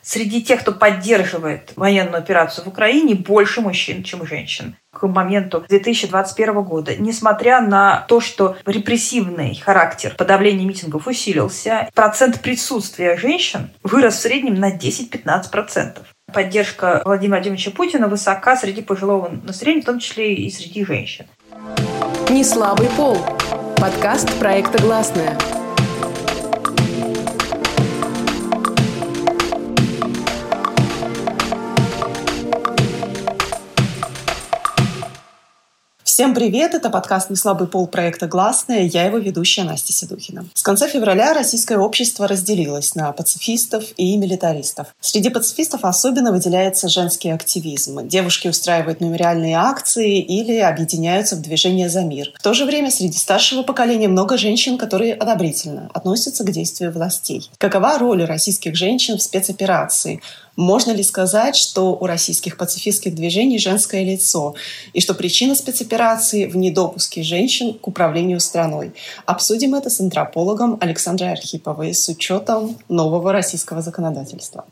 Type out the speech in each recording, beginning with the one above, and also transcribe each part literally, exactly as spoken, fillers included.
среди тех, кто поддерживает военную операцию в Украине, больше мужчин, чем женщин. К моменту две тысячи двадцать первого года, несмотря на то, что репрессивный характер подавления митингов усилился, процент присутствия женщин вырос в среднем на десять-пятнадцать процентов. Поддержка Владимира Владимировича Путина высока среди пожилого населения, в том числе и среди женщин. Неслабый пол. Подкаст проекта «Гласная». Всем привет! Это подкаст «Неслабый пол» проекта «Гласная». Я его ведущая Настя Седухина. С конца февраля российское общество разделилось на пацифистов и милитаристов. Среди пацифистов особенно выделяется женский активизм. Девушки устраивают мемориальные акции или объединяются в движение за мир. В то же время среди старшего поколения много женщин, которые одобрительно относятся к действию властей. Какова роль российских женщин в спецоперации? Можно ли сказать, что у российских пацифистских движений женское лицо, и что причина спецоперации в недопуске женщин к управлению страной? Обсудим это с антропологом Александрой Архиповой с учетом нового российского законодательства.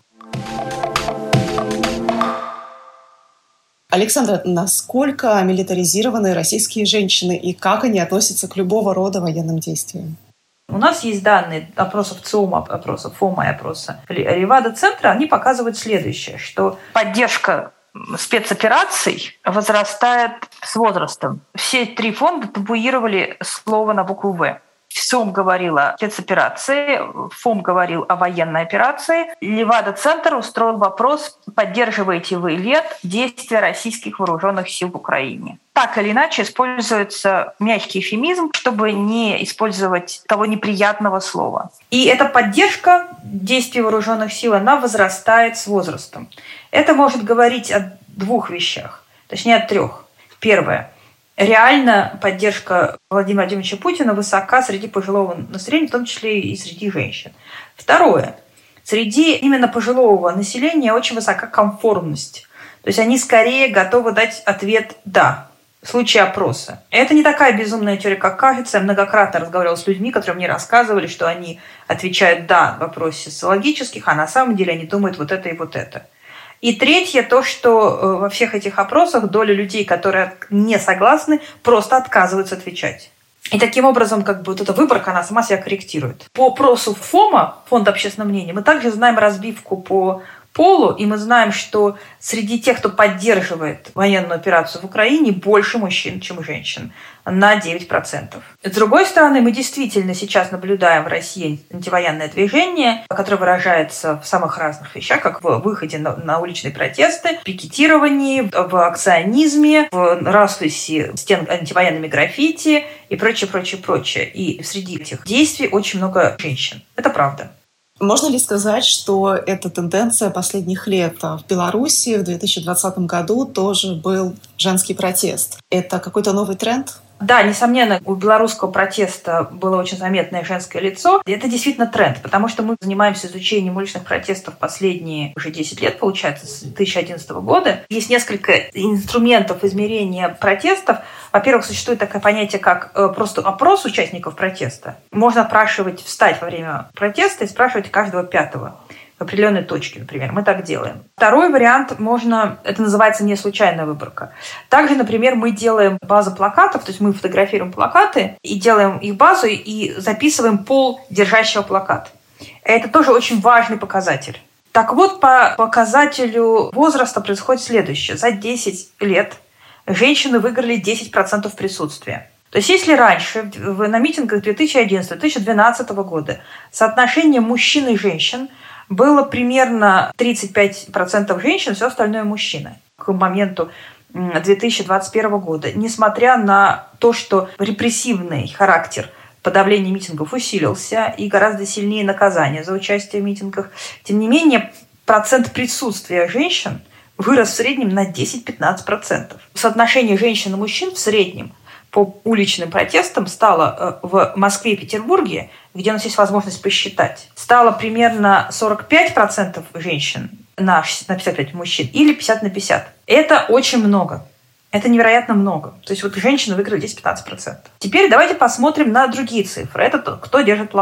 Александра, насколько милитаризированы российские женщины и как они относятся к любого рода военным действиям? У нас есть данные опросов ЦИОМа, опросов ФОМа и опроса Левада-центра. Они показывают следующее, что поддержка спецопераций возрастает с возрастом. Все три фонда табуировали слово на букву «В». ЦИОМ говорил о спецоперации, ФОМ говорил о военной операции. Левада-центр устроил вопрос, поддерживаете вы ли действия российских вооруженных сил в Украине. Так или иначе используется мягкий эвфемизм, чтобы не использовать того неприятного слова. И эта поддержка действий вооруженных сил, она возрастает с возрастом. Это может говорить о двух вещах, точнее о трех. Первое. Реально поддержка Владимира Владимировича Путина высока среди пожилого населения, в том числе и среди женщин. Второе. Среди именно пожилого населения очень высока конформность. То есть они скорее готовы дать ответ «да» в случае опроса. Это не такая безумная теория, как кажется. Я многократно разговаривала с людьми, которые мне рассказывали, что они отвечают «да» в вопросе социологических, а на самом деле они думают вот это и вот это. И третье, то, что во всех этих опросах доля людей, которые не согласны, просто отказываются отвечать. И таким образом, как бы вот эта выборка, она сама себя корректирует. По опросу ФОМа, Фонда общественного мнения, мы также знаем разбивку по полу, и мы знаем, что среди тех, кто поддерживает военную операцию в Украине, больше мужчин, чем женщин, на девять процентов. С другой стороны, мы действительно сейчас наблюдаем в России антивоенное движение, которое выражается в самых разных вещах, как в выходе на, на уличные протесты, пикетировании, в акционизме, в расписи стен антивоенными граффити и прочее, прочее, прочее. И среди этих действий очень много женщин. Это правда. Можно ли сказать, что эта тенденция последних лет в Беларуси в две тысячи двадцатом году тоже был женский протест? Это какой-то новый тренд? Да, несомненно, у белорусского протеста было очень заметное женское лицо. И это действительно тренд, потому что мы занимаемся изучением уличных протестов последние уже десять лет, получается, с две тысячи одиннадцатого года. Есть несколько инструментов измерения протестов. Во-первых, существует такое понятие, как просто опрос участников протеста. Можно опрашивать, встать во время протеста и спрашивать каждого пятого в определенной точке, например. Мы так делаем. Второй вариант можно, это называется не случайная выборка. Также, например, мы делаем базу плакатов, то есть мы фотографируем плакаты и делаем их базу и записываем пол держащего плаката. Это тоже очень важный показатель. Так вот, по показателю возраста происходит следующее. За десять лет женщины выиграли десять процентов присутствия. То есть если раньше на митингах две тысячи одиннадцатого - две тысячи двенадцатого года соотношение мужчин и женщин было примерно тридцать пять процентов женщин, все остальное мужчины. К моменту две тысячи двадцать первого года, несмотря на то, что репрессивный характер подавления митингов усилился и гораздо сильнее наказания за участие в митингах, тем не менее процент присутствия женщин вырос в среднем на десять-пятнадцать процентов. Соотношение женщин и мужчин в среднем по уличным протестам стало в Москве и Петербурге, где у нас есть возможность посчитать, стало примерно сорок пять процентов женщин на пятьдесят пять мужчин или пятьдесят на пятьдесят. Это очень много. Это невероятно много. То есть вот женщины выиграли десять-пятнадцать процентов. Теперь давайте посмотрим на другие цифры. Это кто держит плакат.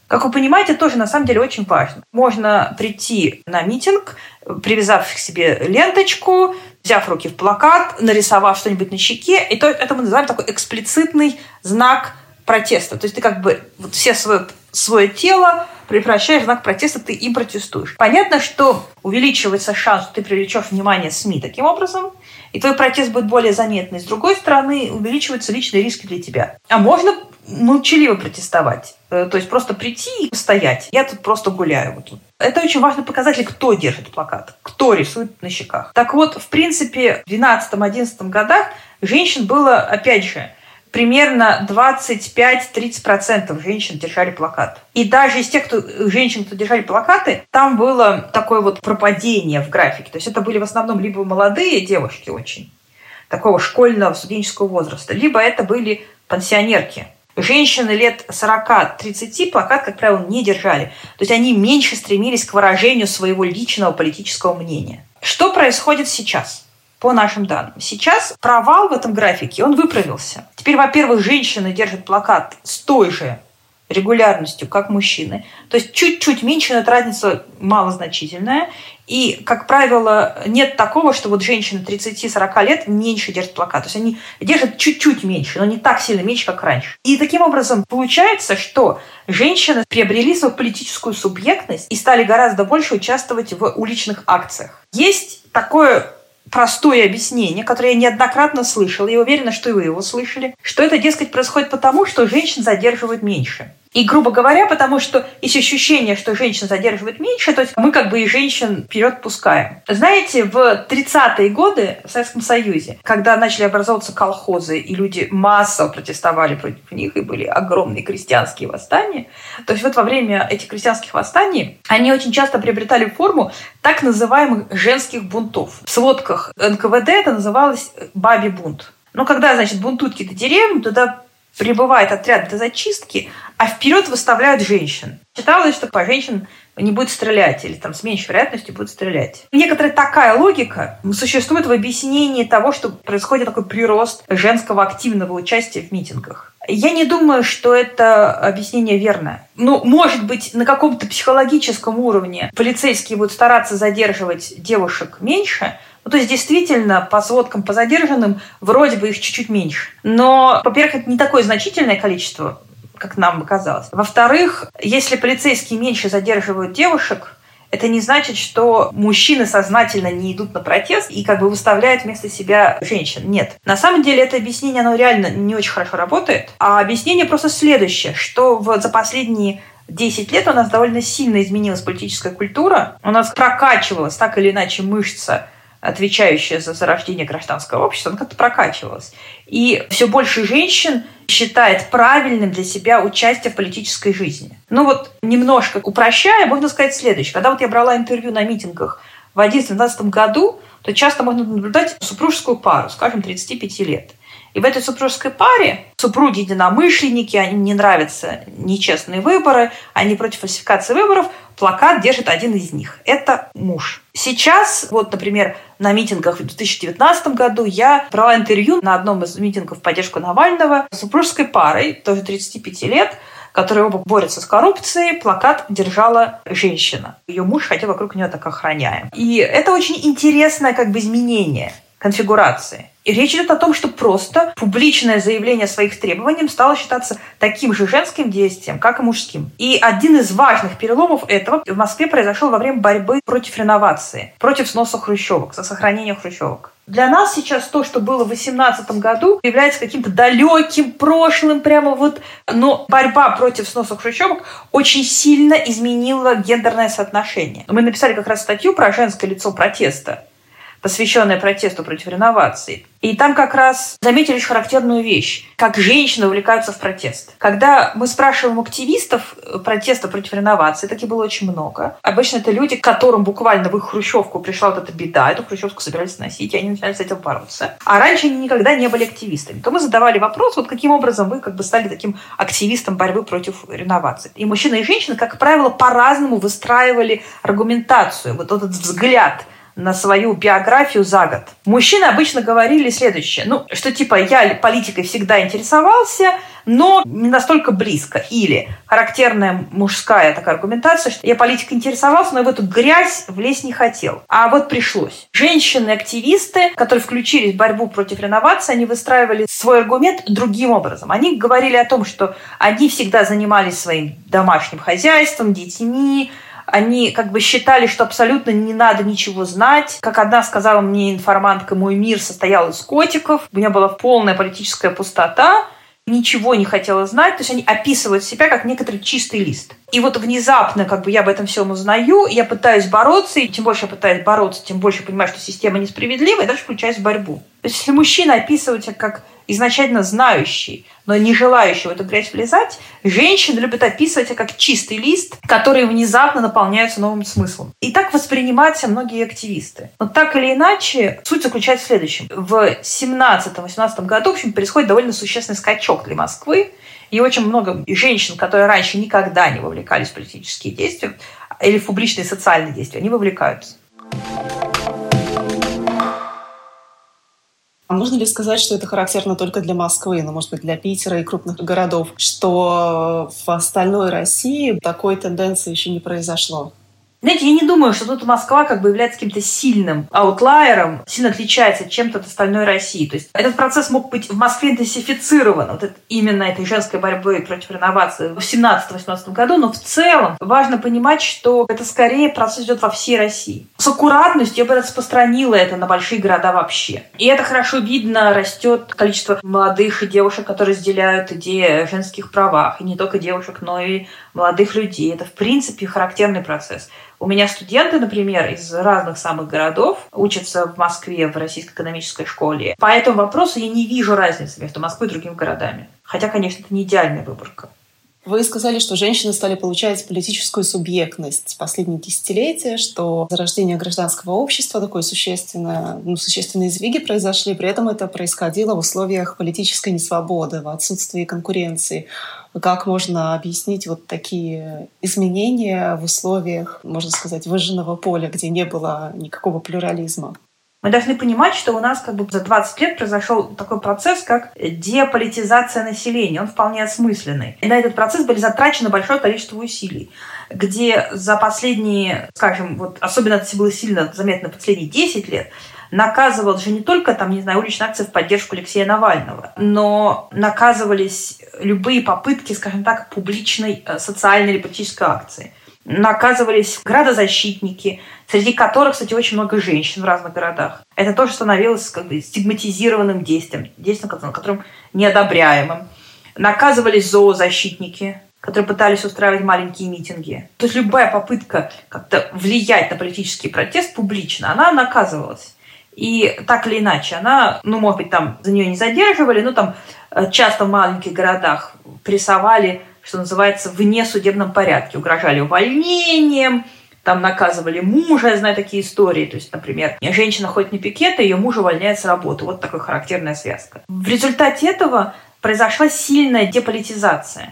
Как вы понимаете, тоже на самом деле очень важно. Можно прийти на митинг, привязав к себе ленточку, взяв руки в плакат, нарисовав что-нибудь на щеке, и то, это мы называем такой эксплицитный знак протеста. То есть ты как бы вот все свое, свое тело превращаешь в знак протеста, ты им протестуешь. Понятно, что увеличивается шанс, что ты привлечешь внимание СМИ таким образом, и твой протест будет более заметный. С другой стороны, увеличиваются личные риски для тебя. А можно молчаливо протестовать. То есть просто прийти и постоять. Я тут просто гуляю. Вот тут. Это очень важный показатель, кто держит плакат, кто рисует на щеках. Так вот, в принципе, в двенадцатом-одиннадцатом годах женщин было, опять же, примерно двадцать пять - тридцать процентов женщин держали плакат. И даже из тех кто, женщин, кто держали плакаты, там было такое вот пропадение в графике. То есть это были в основном либо молодые девушки очень, такого школьного, студенческого возраста, либо это были пенсионерки. Женщины лет сорок-тридцать плакат, как правило, не держали. То есть они меньше стремились к выражению своего личного политического мнения. Что происходит сейчас? По нашим данным. Сейчас провал в этом графике, он выправился. Теперь, во-первых, женщины держат плакат с той же регулярностью, как мужчины. То есть чуть-чуть меньше, но эта разница малозначительная. И, как правило, нет такого, что вот женщины тридцать-сорок лет меньше держат плакат. То есть они держат чуть-чуть меньше, но не так сильно меньше, как раньше. И таким образом получается, что женщины приобрели свою политическую субъектность и стали гораздо больше участвовать в уличных акциях. Есть такое простое объяснение, которое я неоднократно слышала, и уверена, что и вы его слышали, что это, дескать, происходит потому, что женщин задерживают меньше. И, грубо говоря, потому что есть ощущение, что женщин задерживают меньше, то есть мы как бы и женщин вперед пускаем. Знаете, в тридцатые годы в Советском Союзе, когда начали образовываться колхозы, и люди массово протестовали против них, и были огромные крестьянские восстания, то есть вот во время этих крестьянских восстаний они очень часто приобретали форму так называемых женских бунтов. В сводках эн ка вэ дэ это называлось «бабий бунт». Но когда, значит, бунтуют какие-то деревни, туда прибывает отряд для зачистки, а вперед выставляют женщин. Считалось, что по женщин не будет стрелять, или там с меньшей вероятностью будет стрелять. Некоторая такая логика существует в объяснении того, что происходит такой прирост женского активного участия в митингах. Я не думаю, что это объяснение верное. Ну, может быть, на каком-то психологическом уровне полицейские будут стараться задерживать девушек меньше. Ну, то есть, действительно, по сводкам по задержанным, вроде бы их чуть-чуть меньше. Но, во-первых, это не такое значительное количество, как нам казалось. Во-вторых, если полицейские меньше задерживают девушек, это не значит, что мужчины сознательно не идут на протест и как бы выставляют вместо себя женщин. Нет. На самом деле это объяснение, оно реально не очень хорошо работает. А объяснение просто следующее, что в, за последние десять лет у нас довольно сильно изменилась политическая культура. У нас прокачивалась так или иначе мышца, отвечающая за зарождение гражданского общества, она как-то прокачивалась. И все больше женщин считает правильным для себя участие в политической жизни. Ну вот, немножко упрощая, можно сказать следующее. Когда вот я брала интервью на митингах в две тысячи одиннадцатом году, то часто можно наблюдать супружескую пару, скажем, тридцати пяти лет. И в этой супружеской паре супруги единомышленники, им не нравятся нечестные выборы, они против фальсификации выборов, плакат держит один из них. Это муж. Сейчас, вот, например, на митингах в две тысячи девятнадцатом году я брала интервью на одном из митингов в поддержку Навального с супружеской парой, тоже тридцати пяти лет, которые оба борются с коррупцией. Плакат держала женщина. Ее муж ходил вокруг нее так охраняем. И это очень интересное как бы изменение конфигурации. И речь идет о том, что просто публичное заявление своих требований стало считаться таким же женским действием, как и мужским. И один из важных переломов этого в Москве произошел во время борьбы против реновации, против сноса хрущевок, за сохранение хрущевок. Для нас сейчас то, что было в две тысячи восемнадцатом году, является каким-то далеким прошлым прямо вот. Но борьба против сноса хрущевок очень сильно изменила гендерное соотношение. Мы написали как раз статью про женское лицо протеста, посвященная протесту против реновации. И там как раз заметили очень характерную вещь, как женщины увлекаются в протест. Когда мы спрашиваем активистов протеста против реновации, таких было очень много. Обычно это люди, к которым буквально в их хрущевку пришла вот эта беда, эту хрущевку собирались сносить, и они начали с этим бороться. А раньше они никогда не были активистами. То мы задавали вопрос, вот каким образом вы как бы стали таким активистом борьбы против реновации. И мужчины и женщины, как правило, по-разному выстраивали аргументацию, вот этот взгляд на свою биографию за год. Мужчины обычно говорили следующее, ну, что типа я политикой всегда интересовался, но не настолько близко. Или характерная мужская такая аргументация, что я политикой интересовался, но в эту грязь влезть не хотел. А вот пришлось. Женщины-активисты, которые включились в борьбу против реновации, они выстраивали свой аргумент другим образом. Они говорили о том, что они всегда занимались своим домашним хозяйством, детьми. Они как бы считали, что абсолютно не надо ничего знать. Как одна сказала мне информантка, мой мир состоял из котиков. У меня была полная политическая пустота. Ничего не хотела знать. То есть они описывают себя как некоторый чистый лист. И вот внезапно как бы я об этом всем узнаю, я пытаюсь бороться, и чем больше я пытаюсь бороться, тем больше я понимаю, что система несправедлива, и дальше включаюсь в борьбу. То есть если мужчина описывает себя как изначально знающий, но не желающий в эту грязь влезать, женщины любят описывать себя как чистый лист, который внезапно наполняется новым смыслом. И так воспринимают себя многие активисты. Но так или иначе, суть заключается в следующем. В семнадцатом-восемнадцатом году, в общем, происходит довольно существенный скачок для Москвы, и очень много женщин, которые раньше никогда не вовлекались в политические действия или в публичные социальные действия, они вовлекаются. А можно ли сказать, что это характерно только для Москвы, ну, может быть, для Питера и крупных городов, что в остальной России такой тенденции еще не произошло? Знаете, я не думаю, что тут Москва как бы является каким-то сильным аутлайером, сильно отличается чем-то от остальной России. То есть этот процесс мог быть в Москве интенсифицирован, вот это, именно этой женской борьбой против реновации в семнадцатом-восемнадцатом году, но в целом важно понимать, что это скорее процесс идет во всей России. С аккуратностью я бы распространила это на большие города вообще. И это хорошо видно, растет количество молодых девушек, которые разделяют идеи о женских правах. И не только девушек, но и молодых людей. Это, в принципе, характерный процесс. У меня студенты, например, из разных самых городов учатся в Москве в Российской экономической школе. По этому вопросу я не вижу разницы между Москвой и другими городами. Хотя, конечно, это не идеальная выборка. Вы сказали, что женщины стали получать политическую субъектность в последние десятилетия, что зарождение гражданского общества, такое существенное, ну, существенные сдвиги произошли. При этом это происходило в условиях политической несвободы, в отсутствии конкуренции. Как можно объяснить вот такие изменения в условиях, можно сказать, выжженного поля, где не было никакого плюрализма? Мы должны понимать, что у нас как бы за двадцать лет произошел такой процесс, как деполитизация населения. Он вполне осмысленный. И на этот процесс были затрачено большое количество усилий, где за последние, скажем, вот особенно это было сильно заметно последние десять лет, наказывал же не только, там, не знаю, уличные акции в поддержку Алексея Навального, но наказывались любые попытки, скажем так, публичной социальной или политической акции. Наказывались градозащитники, среди которых, кстати, очень много женщин в разных городах. Это тоже становилось как бы стигматизированным действием, действием, которым неодобряемым. Наказывались зоозащитники, которые пытались устраивать маленькие митинги. То есть любая попытка как-то влиять на политический протест публично, она наказывалась. И так или иначе, она, ну, может быть, там за нее не задерживали, но там часто в маленьких городах прессовали, что называется, в несудебном порядке. Угрожали увольнением, там наказывали мужа, я знаю такие истории. То есть, например, женщина ходит на пикеты, ее муж увольняет с работы. Вот такая характерная связка. В результате этого произошла сильная деполитизация.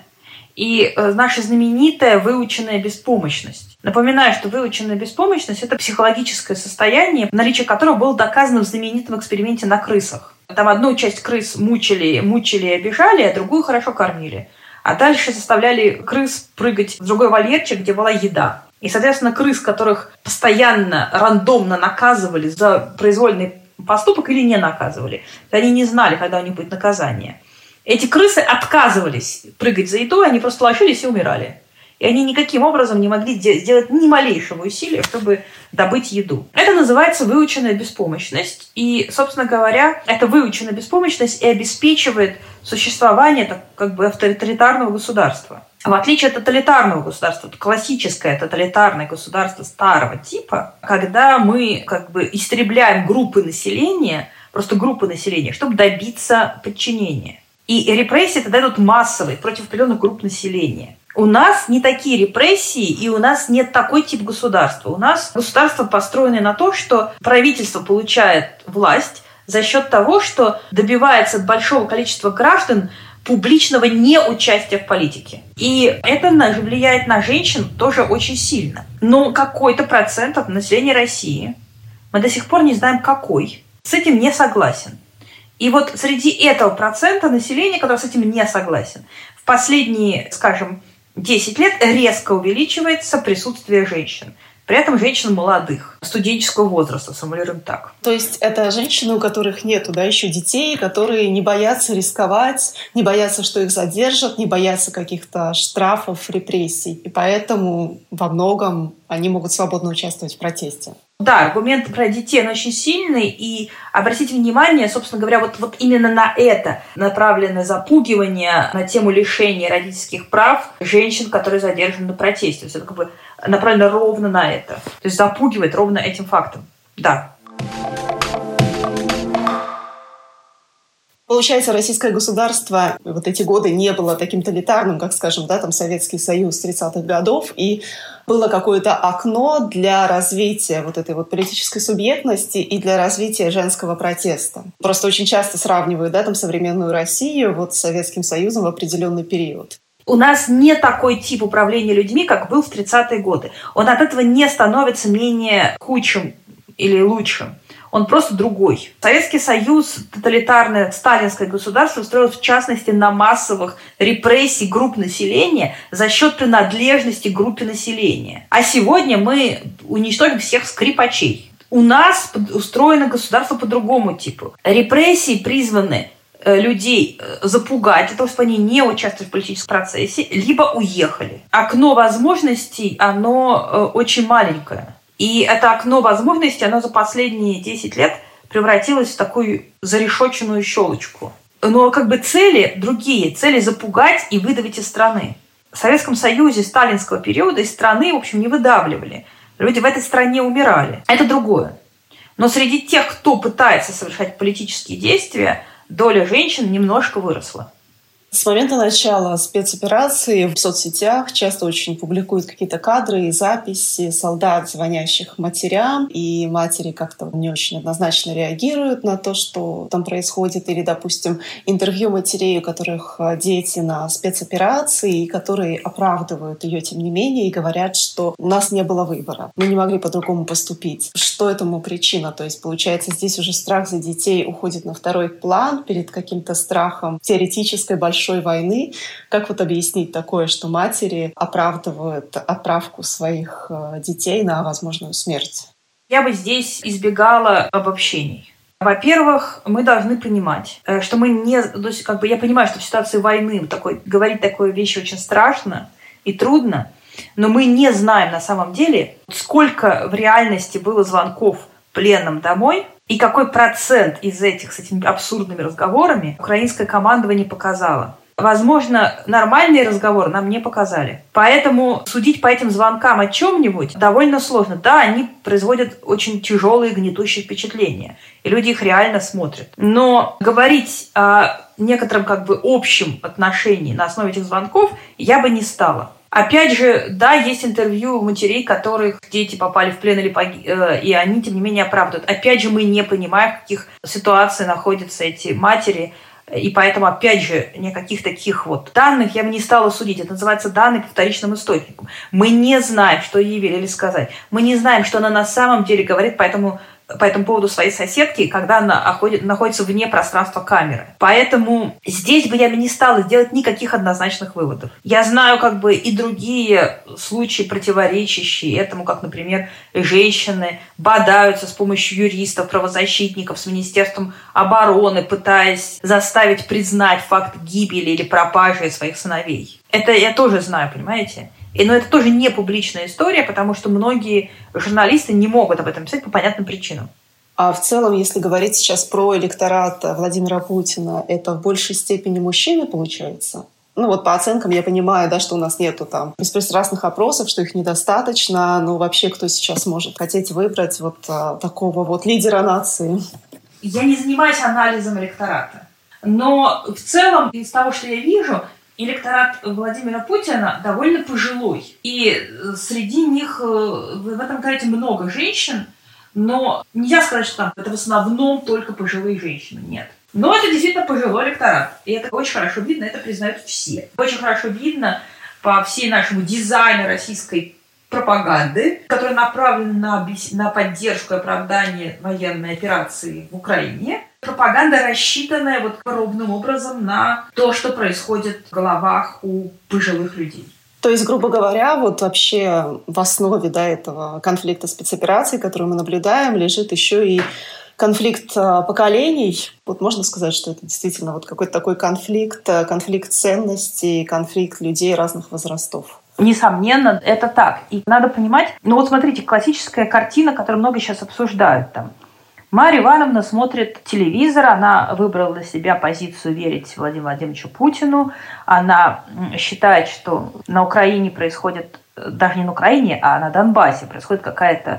И наша знаменитая выученная беспомощность. Напоминаю, что выученная беспомощность – это психологическое состояние, наличие которого было доказано в знаменитом эксперименте на крысах. Там одну часть крыс мучили, мучили и обижали, а другую хорошо кормили. А дальше заставляли крыс прыгать в другой вольерчик, где была еда. И, соответственно, крыс, которых постоянно, рандомно наказывали за произвольный поступок или не наказывали. Они не знали, когда у них будет наказание. Эти крысы отказывались прыгать за едой, они просто ложились и умирали. И они никаким образом не могли сделать ни малейшего усилия, чтобы добыть еду. Это называется выученная беспомощность. И, собственно говоря, эта выученная беспомощность и обеспечивает существование так, как бы авторитарного государства. В отличие от тоталитарного государства, классическое тоталитарное государство старого типа, когда мы как бы истребляем группы населения, просто группы населения, чтобы добиться подчинения. И репрессии тогда идут массовые против определенных групп населения. У нас не такие репрессии, и у нас нет такой тип государства. У нас государство построено на то, что правительство получает власть за счет того, что добивается от большого количества граждан публичного неучастия в политике. И это влияет на женщин тоже очень сильно. Но какой-то процент от населения России Мы до сих пор не знаем, какой. С этим не согласен. И вот среди этого процента населения, который с этим не согласен, в последние, скажем, десять лет резко увеличивается присутствие женщин. При этом женщин молодых, студенческого возраста, сформулируем так. То есть это женщины, у которых нету, да, еще детей, которые не боятся рисковать, не боятся, что их задержат, не боятся каких-то штрафов, репрессий. И поэтому во многом они могут свободно участвовать в протесте. Да, аргумент про детей, он очень сильный, и обратите внимание, собственно говоря, вот, вот именно на это направлено запугивание на тему лишения родительских прав женщин, которые задержаны на протесте. То есть это как бы направлено ровно на это. То есть запугивает ровно этим фактом. Да. Получается, российское государство вот эти годы не было таким тоталитарным, как, скажем, да, там Советский Союз тридцатых годов, и было какое-то окно для развития вот этой вот политической субъектности и для развития женского протеста. Просто очень часто сравнивают, да, там современную Россию вот с Советским Союзом в определенный период. У нас не такой тип управления людьми, как был в тридцатые годы. Он от этого не становится менее худшим или лучшим. Он просто другой. Советский Союз, тоталитарное сталинское государство, строилось в частности на массовых репрессиях групп населения за счет принадлежности к группе населения. А сегодня мы уничтожим всех скрипачей. У нас устроено государство по другому типу. Репрессии призваны людей запугать, для того, чтобы они не участвовали в политическом процессе, либо уехали. Окно возможностей, оно очень маленькое. И это окно возможностей, оно за последние десять лет превратилось в такую зарешоченную щелочку. Но как бы цели другие. Цели запугать и выдавить из страны. В Советском Союзе сталинского периода из страны, в общем, не выдавливали. Люди в этой стране умирали. Это другое. Но среди тех, кто пытается совершать политические действия, доля женщин немножко выросла. С момента начала спецоперации в соцсетях часто очень публикуют какие-то кадры и записи солдат, звонящих матерям, и матери как-то не очень однозначно реагируют на то, что там происходит, или, допустим, интервью матерей, у которых дети на спецоперации, которые оправдывают ее тем не менее и говорят, что у нас не было выбора, мы не могли по-другому поступить. Что этому причина? То есть, получается, здесь уже страх за детей уходит на второй план перед каким-то страхом теоретической большой войны. Как вот объяснить такое, что матери оправдывают отправку своих детей на возможную смерть? Я бы здесь избегала обобщений. Во-первых, мы должны понимать, что мы не... То есть, как бы я понимаю, что в ситуации войны такой, говорить такое вещи очень страшно и трудно, но мы не знаем на самом деле, сколько в реальности было звонков пленным домой, и какой процент из этих с этими абсурдными разговорами украинское командование показало. Возможно, нормальные разговоры нам не показали. Поэтому судить по этим звонкам о чем-нибудь довольно сложно. Да, они производят очень тяжелые гнетущие впечатления, и люди их реально смотрят. Но говорить о некотором как бы общем отношении на основе этих звонков я бы не стала. Опять же, да, есть интервью матерей, которых дети попали в плен или погиб... и они, тем не менее, оправдывают. Опять же, мы не понимаем, в каких ситуациях находятся эти матери, и поэтому, опять же, никаких таких вот данных я бы не стала судить. Это называется данные по вторичным источникам. Мы не знаем, что ей велели сказать. Мы не знаем, что она на самом деле говорит, поэтому... по этому поводу своей соседки, когда она находится вне пространства камеры. Поэтому здесь бы я бы не стала делать никаких однозначных выводов. Я знаю как бы и другие случаи, противоречащие этому, как, например, женщины бодаются с помощью юристов, правозащитников, с Министерством обороны, пытаясь заставить признать факт гибели или пропажи своих сыновей. Это я тоже знаю, понимаете? И, но это тоже не публичная история, потому что многие журналисты не могут об этом писать по понятным причинам. А в целом, если говорить сейчас про электорат Владимира Путина, это в большей степени мужчины, получается? Ну вот по оценкам я понимаю, да, что у нас нету там беспристрастных опросов, что их недостаточно, но вообще кто сейчас может хотеть выбрать вот а, такого вот лидера нации? Я не занимаюсь анализом электората, но в целом из того, что я вижу, электорат Владимира Путина довольно пожилой. И среди них в этом электорате много женщин, но нельзя сказать, что там это в основном только пожилые женщины. Нет. Но это действительно пожилой электорат. И это очень хорошо видно, это признают все. Очень хорошо видно по всей нашему дизайну российской пропаганды, которая направлена на, на поддержку и оправдание военной операции в Украине. Пропаганда, рассчитанная вот ровным образом на то, что происходит в головах у пожилых людей. То есть, грубо говоря, вот вообще в основе да, этого конфликта спецопераций, который мы наблюдаем, лежит еще и конфликт поколений. Вот можно сказать, что это действительно вот какой-то такой конфликт, конфликт ценностей, конфликт людей разных возрастов. Несомненно, это так. И надо понимать, ну вот смотрите, классическая картина, которую много сейчас обсуждают там. Марья Ивановна смотрит телевизор, она выбрала для себя позицию верить Владимиру Владимировичу Путину. Она считает, что на Украине происходит, даже не на Украине, а на Донбассе происходит какая-то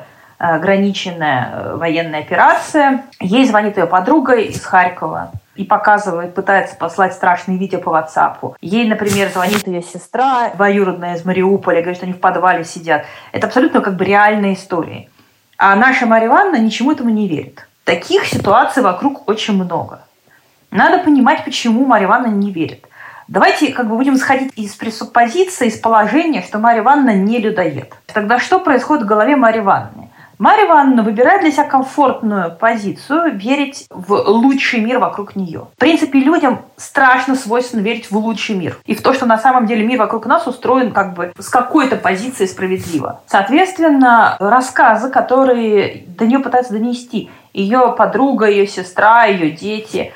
ограниченная военная операция. Ей звонит ее подруга из Харькова и показывает, пытается послать страшные видео по WhatsApp. Ей, например, звонит ее сестра, двоюродная из Мариуполя, говорит, что они в подвале сидят. Это абсолютно как бы реальные истории. А наша Марья Ивановна ничему этому не верит. Таких ситуаций вокруг очень много. Надо понимать, почему Марья Ивановна не верит. Давайте как бы будем исходить из пресуппозиции, из положения, что Марья Ивановна не людоед. Тогда что происходит в голове Марьи Ивановны? Марья Ивановна выбирает для себя комфортную позицию верить в лучший мир вокруг нее. В принципе, людям страшно свойственно верить в лучший мир. И в то, что на самом деле мир вокруг нас устроен как бы с какой-то позиции справедливо. Соответственно, рассказы, которые до нее пытаются донести ее подруга, ее сестра, ее дети,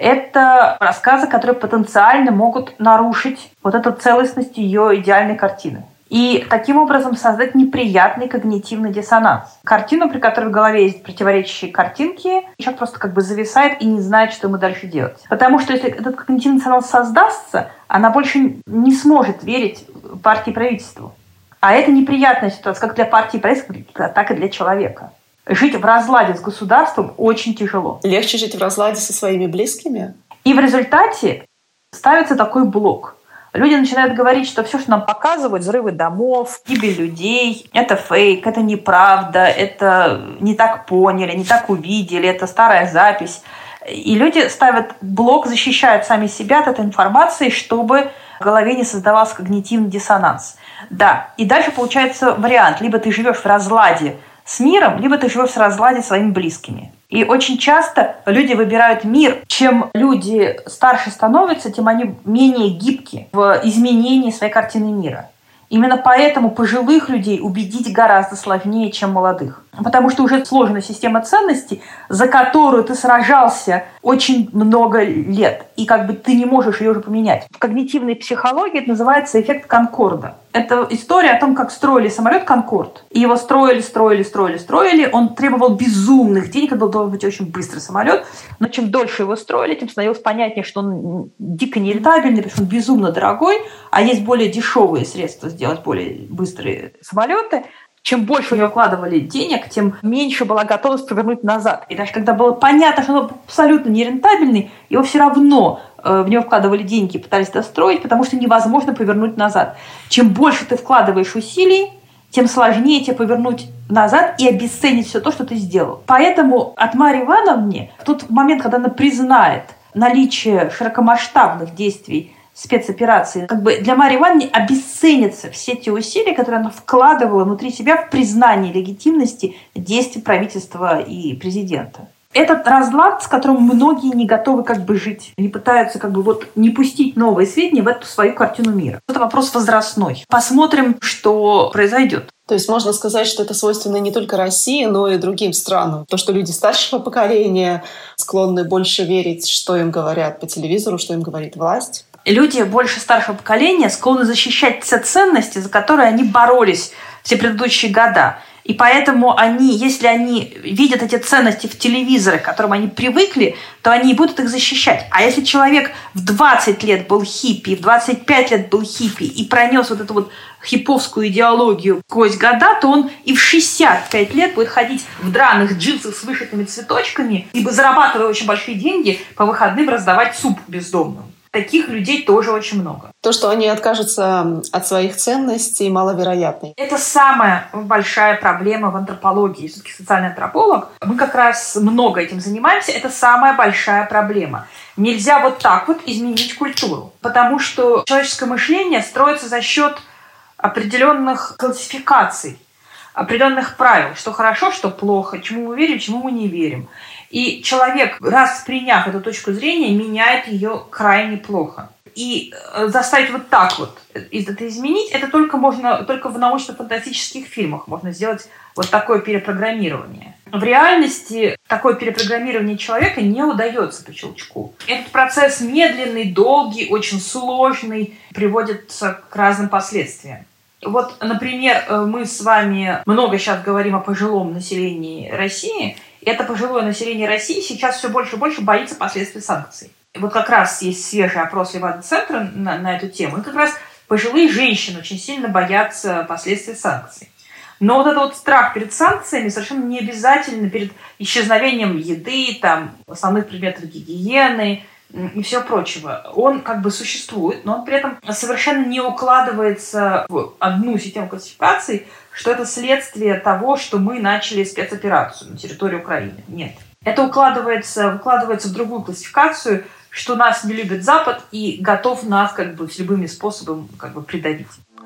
это рассказы, которые потенциально могут нарушить вот эту целостность ее идеальной картины. И таким образом создать неприятный когнитивный диссонанс. Картину, при которой в голове есть противоречащие картинки, человек просто как бы зависает и не знает, что ему дальше делать. Потому что если этот когнитивный диссонанс создастся, она больше не сможет верить партии и правительству. А это неприятная ситуация как для партии и правительства, так и для человека. Жить в разладе с государством очень тяжело. Легче жить в разладе со своими близкими? И в результате ставится такой блок. Люди начинают говорить, что все, что нам показывают, взрывы домов, гибель людей, это фейк, это неправда, это не так поняли, не так увидели, это старая запись. И люди ставят блок, защищают сами себя от этой информации, чтобы в голове не создавался когнитивный диссонанс. Да, и дальше получается вариант. Либо ты живешь в разладе с миром, либо ты живешь в разладе с своими близкими. И очень часто люди выбирают мир. Чем люди старше становятся, тем они менее гибки в изменении своей картины мира. Именно поэтому пожилых людей убедить гораздо сложнее, чем молодых. Потому что уже сложная система ценностей, за которую ты сражался очень много лет, и как бы ты не можешь ее уже поменять. В когнитивной психологии это называется эффект Конкорда. Это история о том, как строили самолет Конкорд. И его строили, строили, строили, строили. Он требовал безумных денег, это должен быть очень быстрый самолет. Но чем дольше его строили, тем становилось понятнее, что он дико нелетабельный, потому что он безумно дорогой, а есть более дешевые средства сделать более быстрые самолеты. Чем больше в него вкладывали денег, тем меньше была готовность повернуть назад. И даже когда было понятно, что он абсолютно нерентабельный, его все равно э, в него вкладывали деньги и пытались достроить, потому что невозможно повернуть назад. Чем больше ты вкладываешь усилий, тем сложнее тебе повернуть назад и обесценить все то, что ты сделал. Поэтому от Марьи Ивановны в тот момент, когда она признает наличие широкомасштабных действий спецоперации, как бы для Марьи Ивановны обесценятся все те усилия, которые она вкладывала внутри себя в признание легитимности действий правительства и президента. Этот разлад, с которым многие не готовы как бы жить, они пытаются как бы вот не пустить новые сведения в эту свою картину мира. Это вопрос возрастной. Посмотрим, что произойдет. То есть можно сказать, что это свойственно не только России, но и другим странам. То, что люди старшего поколения склонны больше верить, что им говорят по телевизору, что им говорит власть. Люди больше старшего поколения склонны защищать те ценности, за которые они боролись все предыдущие года. И поэтому они, если они видят эти ценности в телевизоре, к которым они привыкли, то они будут их защищать. А если человек в двадцать лет был хиппи, в двадцать пять лет был хиппи и пронес вот эту вот хипповскую идеологию сквозь года, то он и в шестьдесят пять лет будет ходить в драных джинсах с вышитыми цветочками, либо зарабатывая очень большие деньги, по выходным раздавать суп бездомным. Таких людей тоже очень много. То, что они откажутся от своих ценностей, маловероятно. Это самая большая проблема в антропологии. Все-таки социальный антрополог. Мы как раз много этим занимаемся. Это самая большая проблема. Нельзя вот так вот изменить культуру. Потому что человеческое мышление строится за счет определенных классификаций, определенных правил, что хорошо, что плохо, чему мы верим, чему мы не верим. И человек, раз приняв эту точку зрения, меняет ее крайне плохо. И заставить вот так вот это изменить, это только можно, только в научно-фантастических фильмах можно сделать вот такое перепрограммирование. В реальности такое перепрограммирование человека не удается по щелчку. Этот процесс медленный, долгий, очень сложный, приводит к разным последствиям. Вот, например, мы с вами много сейчас говорим о пожилом населении России. И это пожилое население России сейчас все больше и больше боится последствий санкций. Вот как раз есть свежий опрос Левада-центра на, на эту тему. И как раз пожилые женщины очень сильно боятся последствий санкций. Но вот этот вот страх перед санкциями совершенно не обязательно перед исчезновением еды, там, основных предметов гигиены и всего прочего. Он как бы существует, но он при этом совершенно не укладывается в одну систему классификаций, что это следствие того, что мы начали спецоперацию на территории Украины. Нет. Это укладывается, укладывается в другую классификацию, что нас не любит Запад и готов нас как бы любыми способами как бы придавить.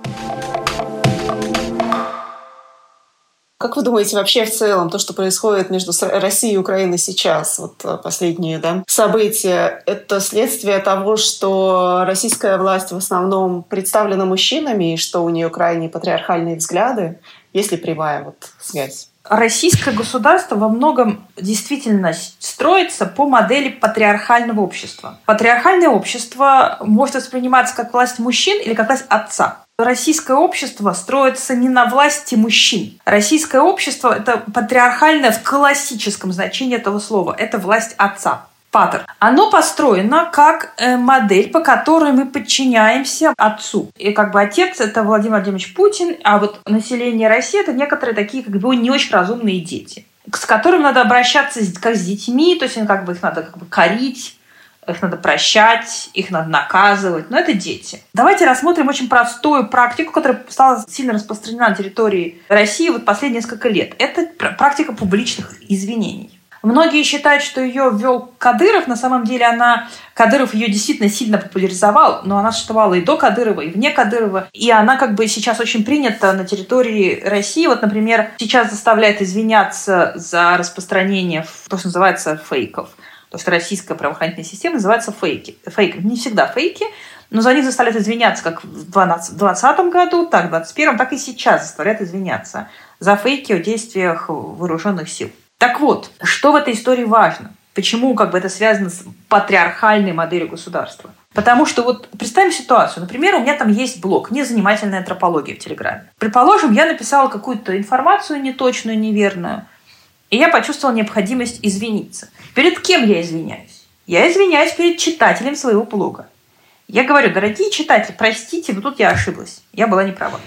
Как вы думаете, вообще в целом то, что происходит между Россией и Украиной сейчас, вот последние да, события, это следствие того, что российская власть в основном представлена мужчинами и что у нее крайне патриархальные взгляды? Есть ли прямая вот связь? Российское государство во многом действительно строится по модели патриархального общества. Патриархальное общество может восприниматься как власть мужчин или как власть отца. Российское общество строится не на власти мужчин. Российское общество – это патриархальное в классическом значении этого слова. Это власть отца. Патер. Оно построено как модель, по которой мы подчиняемся отцу. И как бы отец – это Владимир Владимирович Путин, а вот население России – это некоторые такие как бы не очень разумные дети, с которыми надо обращаться как с детьми, то есть как бы их надо как бы корить, их надо прощать, их надо наказывать. Но это дети. Давайте рассмотрим очень простую практику, которая стала сильно распространена на территории России вот последние несколько лет. Это практика публичных извинений. Многие считают, что ее ввел Кадыров. На самом деле она, Кадыров ее действительно сильно популяризовал, но она существовала и до Кадырова, и вне Кадырова. И она как бы сейчас очень принята на территории России. Вот, например, сейчас заставляет извиняться за распространение то, что называется фейков. То, что российская правоохранительная система называется фейки. Фейки. Не всегда фейки, но за них заставляют извиняться как в двадцатом году, так в двадцать первом, так и сейчас заставляют извиняться за фейки о действиях вооруженных сил. Так вот, что в этой истории важно? Почему как бы это связано с патриархальной моделью государства? Потому что вот представим ситуацию. Например, у меня там есть блог «Незанимательная антропология» в Телеграме. Предположим, я написала какую-то информацию неточную, неверную, и я почувствовала необходимость извиниться. Перед кем я извиняюсь? Я извиняюсь перед читателем своего блога. Я говорю: дорогие читатели, простите, но тут я ошиблась. Я была неправа.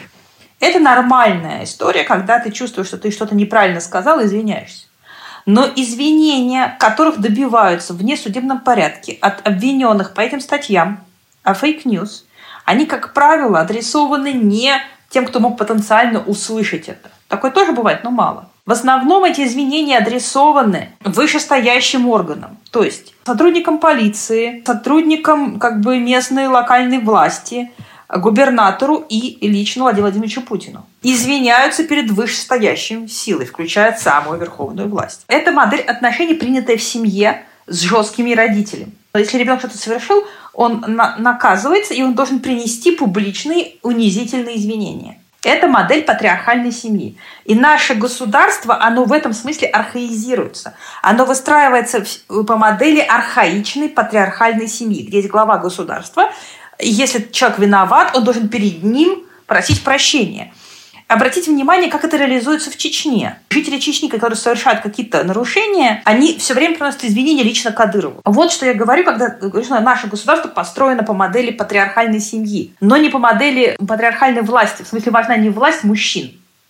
Это нормальная история, когда ты чувствуешь, что ты что-то неправильно сказал, и извиняешься. Но извинения, которых добиваются в несудебном порядке от обвиненных по этим статьям о фейк-ньюс, они, как правило, адресованы не тем, кто мог потенциально услышать это. Такое тоже бывает, но мало. В основном эти извинения адресованы вышестоящим органам, то есть сотрудникам полиции, сотрудникам как бы местной локальной власти, губернатору и лично Владимиру Владимировичу Путину. Извиняются перед вышестоящей силой, включая самую верховную власть. Это модель отношений, принятая в семье с жесткими родителями. Если ребенок что-то совершил, он на- наказывается, и он должен принести публичные унизительные извинения. Это модель патриархальной семьи. И наше государство, оно в этом смысле архаизируется. Оно выстраивается по модели архаичной патриархальной семьи, где есть глава государства. Если человек виноват, он должен перед ним просить прощения. Обратите внимание, как это реализуется в Чечне. Жители Чечни, которые совершают какие-то нарушения, они все время приносят извинения лично Кадырову. Вот что я говорю, когда говорю, что наше государство построено по модели патриархальной семьи, но не по модели патриархальной власти. В смысле, важна не власть мужчин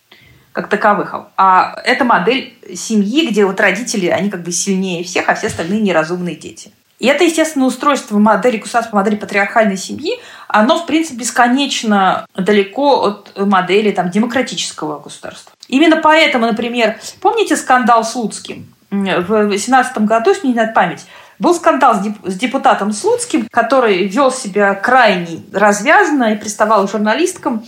как таковых, а это модель семьи, где вот родители, они как бы сильнее всех, а все остальные неразумные дети. И это, естественно, устройство модели государства, модели патриархальной семьи, оно, в принципе, бесконечно далеко от модели там, демократического государства. Именно поэтому, например, помните скандал Слуцким? В две тысячи восемнадцатом году, если мне не знает память, был скандал с депутатом Слуцким, который вел себя крайне развязно и приставал к журналисткам.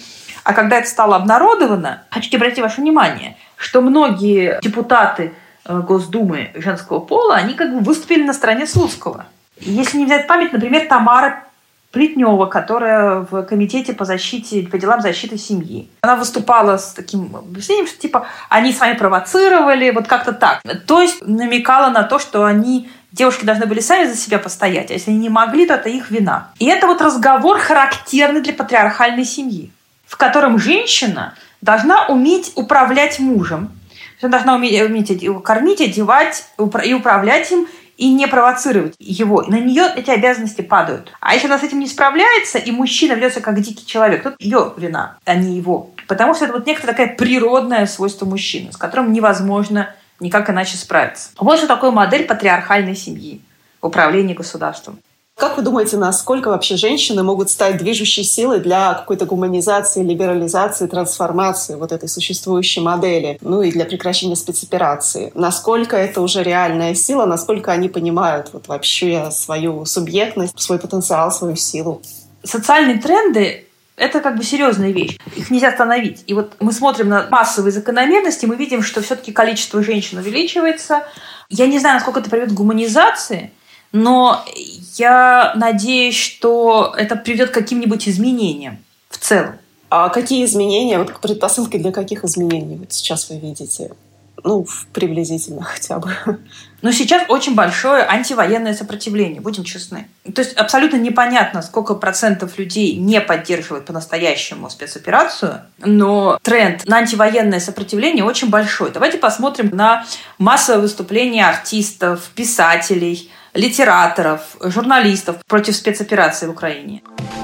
А когда это стало обнародовано, хочу обратить ваше внимание, что многие депутаты Госдумы женского пола, они как бы выступили на стороне Слуцкого. Если не взять память, например, Тамара Плетнева, которая в комитете по защите, по делам защиты семьи. Она выступала с таким объяснением, что типа они с вами провоцировали, вот как-то так. То есть намекала на то, что они, девушки, должны были сами за себя постоять, а если они не могли, то это их вина. И это вот разговор характерный для патриархальной семьи, в котором женщина должна уметь управлять мужем, она должна уметь, уметь его кормить, одевать и управлять им, и не провоцировать его. На нее эти обязанности падают. А если она с этим не справляется, и мужчина ведется как дикий человек, то это ее вина, а не его. Потому что это вот некоторое такое природное свойство мужчины, с которым невозможно никак иначе справиться. Вот что такое модель патриархальной семьи в управлении государством. Как вы думаете, насколько вообще женщины могут стать движущей силой для какой-то гуманизации, либерализации, трансформации вот этой существующей модели, ну и для прекращения спецоперации? Насколько это уже реальная сила, насколько они понимают вот вообще свою субъектность, свой потенциал, свою силу? Социальные тренды — это как бы серьезная вещь. Их нельзя остановить. И вот мы смотрим на массовые закономерности, мы видим, что все-таки количество женщин увеличивается. Я не знаю, насколько это приведет к гуманизации, но я надеюсь, что это приведет к каким-нибудь изменениям в целом. А какие изменения, вот предпосылки для каких изменений вот сейчас вы видите? Ну, приблизительно хотя бы. Но сейчас очень большое антивоенное сопротивление, будем честны. То есть абсолютно непонятно, сколько процентов людей не поддерживают по-настоящему спецоперацию, но тренд на антивоенное сопротивление очень большой. Давайте посмотрим на массовые выступления артистов, писателей, литераторов, журналистов против спецоперации в Украине.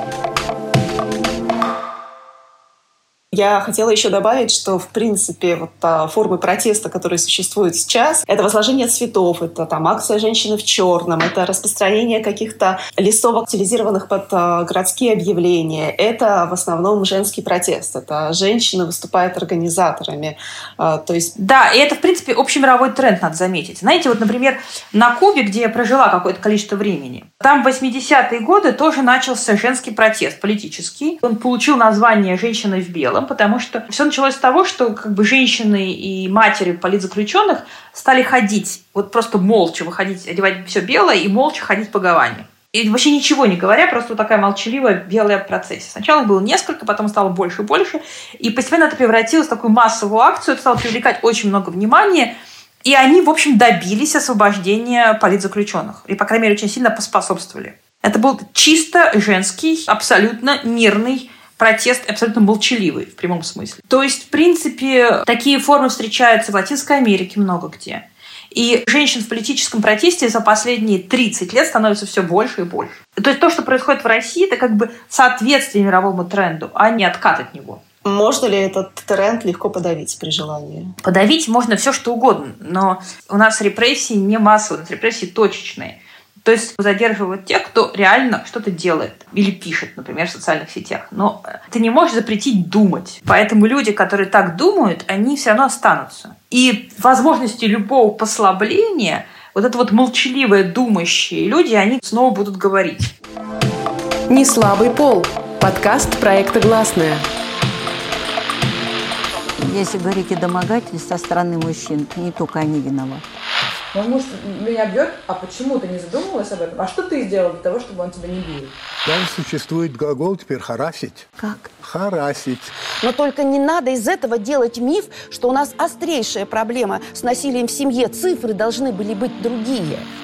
Я хотела еще добавить, что, в принципе, вот а, формы протеста, которые существуют сейчас, это возложение цветов, это там акция «Женщины в черном», это распространение каких-то листовок, стилизированных под а, городские объявления. Это в основном женский протест. Это женщины выступают организаторами. А, то есть... Да, и это, в принципе, общемировой тренд, надо заметить. Знаете, вот, например, на Кубе, где я прожила какое-то количество времени, там в восьмидесятые годы тоже начался женский протест политический. Он получил название «Женщины в белом», потому что все началось с того, что как бы женщины и матери политзаключенных стали ходить, вот просто молча выходить, одевать все белое и молча ходить по Гаване. И вообще ничего не говоря, просто вот такая молчаливая белая процессия. Сначала их было несколько, потом стало больше и больше, и постепенно это превратилось в такую массовую акцию, это стало привлекать очень много внимания, и они, в общем, добились освобождения политзаключенных. И, по крайней мере, очень сильно поспособствовали. Это был чисто женский, абсолютно мирный протест, абсолютно молчаливый в прямом смысле. То есть, в принципе, такие формы встречаются в Латинской Америке много где. И женщин в политическом протесте за последние тридцать лет становится все больше и больше. То есть то, что происходит в России, это как бы соответствие мировому тренду, а не откат от него. Можно ли этот тренд легко подавить при желании? Подавить можно все, что угодно, но у нас репрессии не массовые, у нас репрессии точечные. То есть задерживают тех, кто реально что-то делает или пишет, например, в социальных сетях. Но ты не можешь запретить думать. Поэтому люди, которые так думают, они все равно останутся. И возможности любого послабления, вот это вот молчаливые думающие люди, они снова будут говорить. Не слабый пол. Подкаст проекта «Гласная». Если говорить о домогательстве со стороны мужчин, не только они виноваты. Мой муж меня бьет, а почему ты не задумывалась об этом? А что ты сделал для того, чтобы он тебя не бил? Там существует глагол теперь «харасить». Как? Харасить. Но только не надо из этого делать миф, что у нас острейшая проблема с насилием в семье. Цифры должны были быть другие.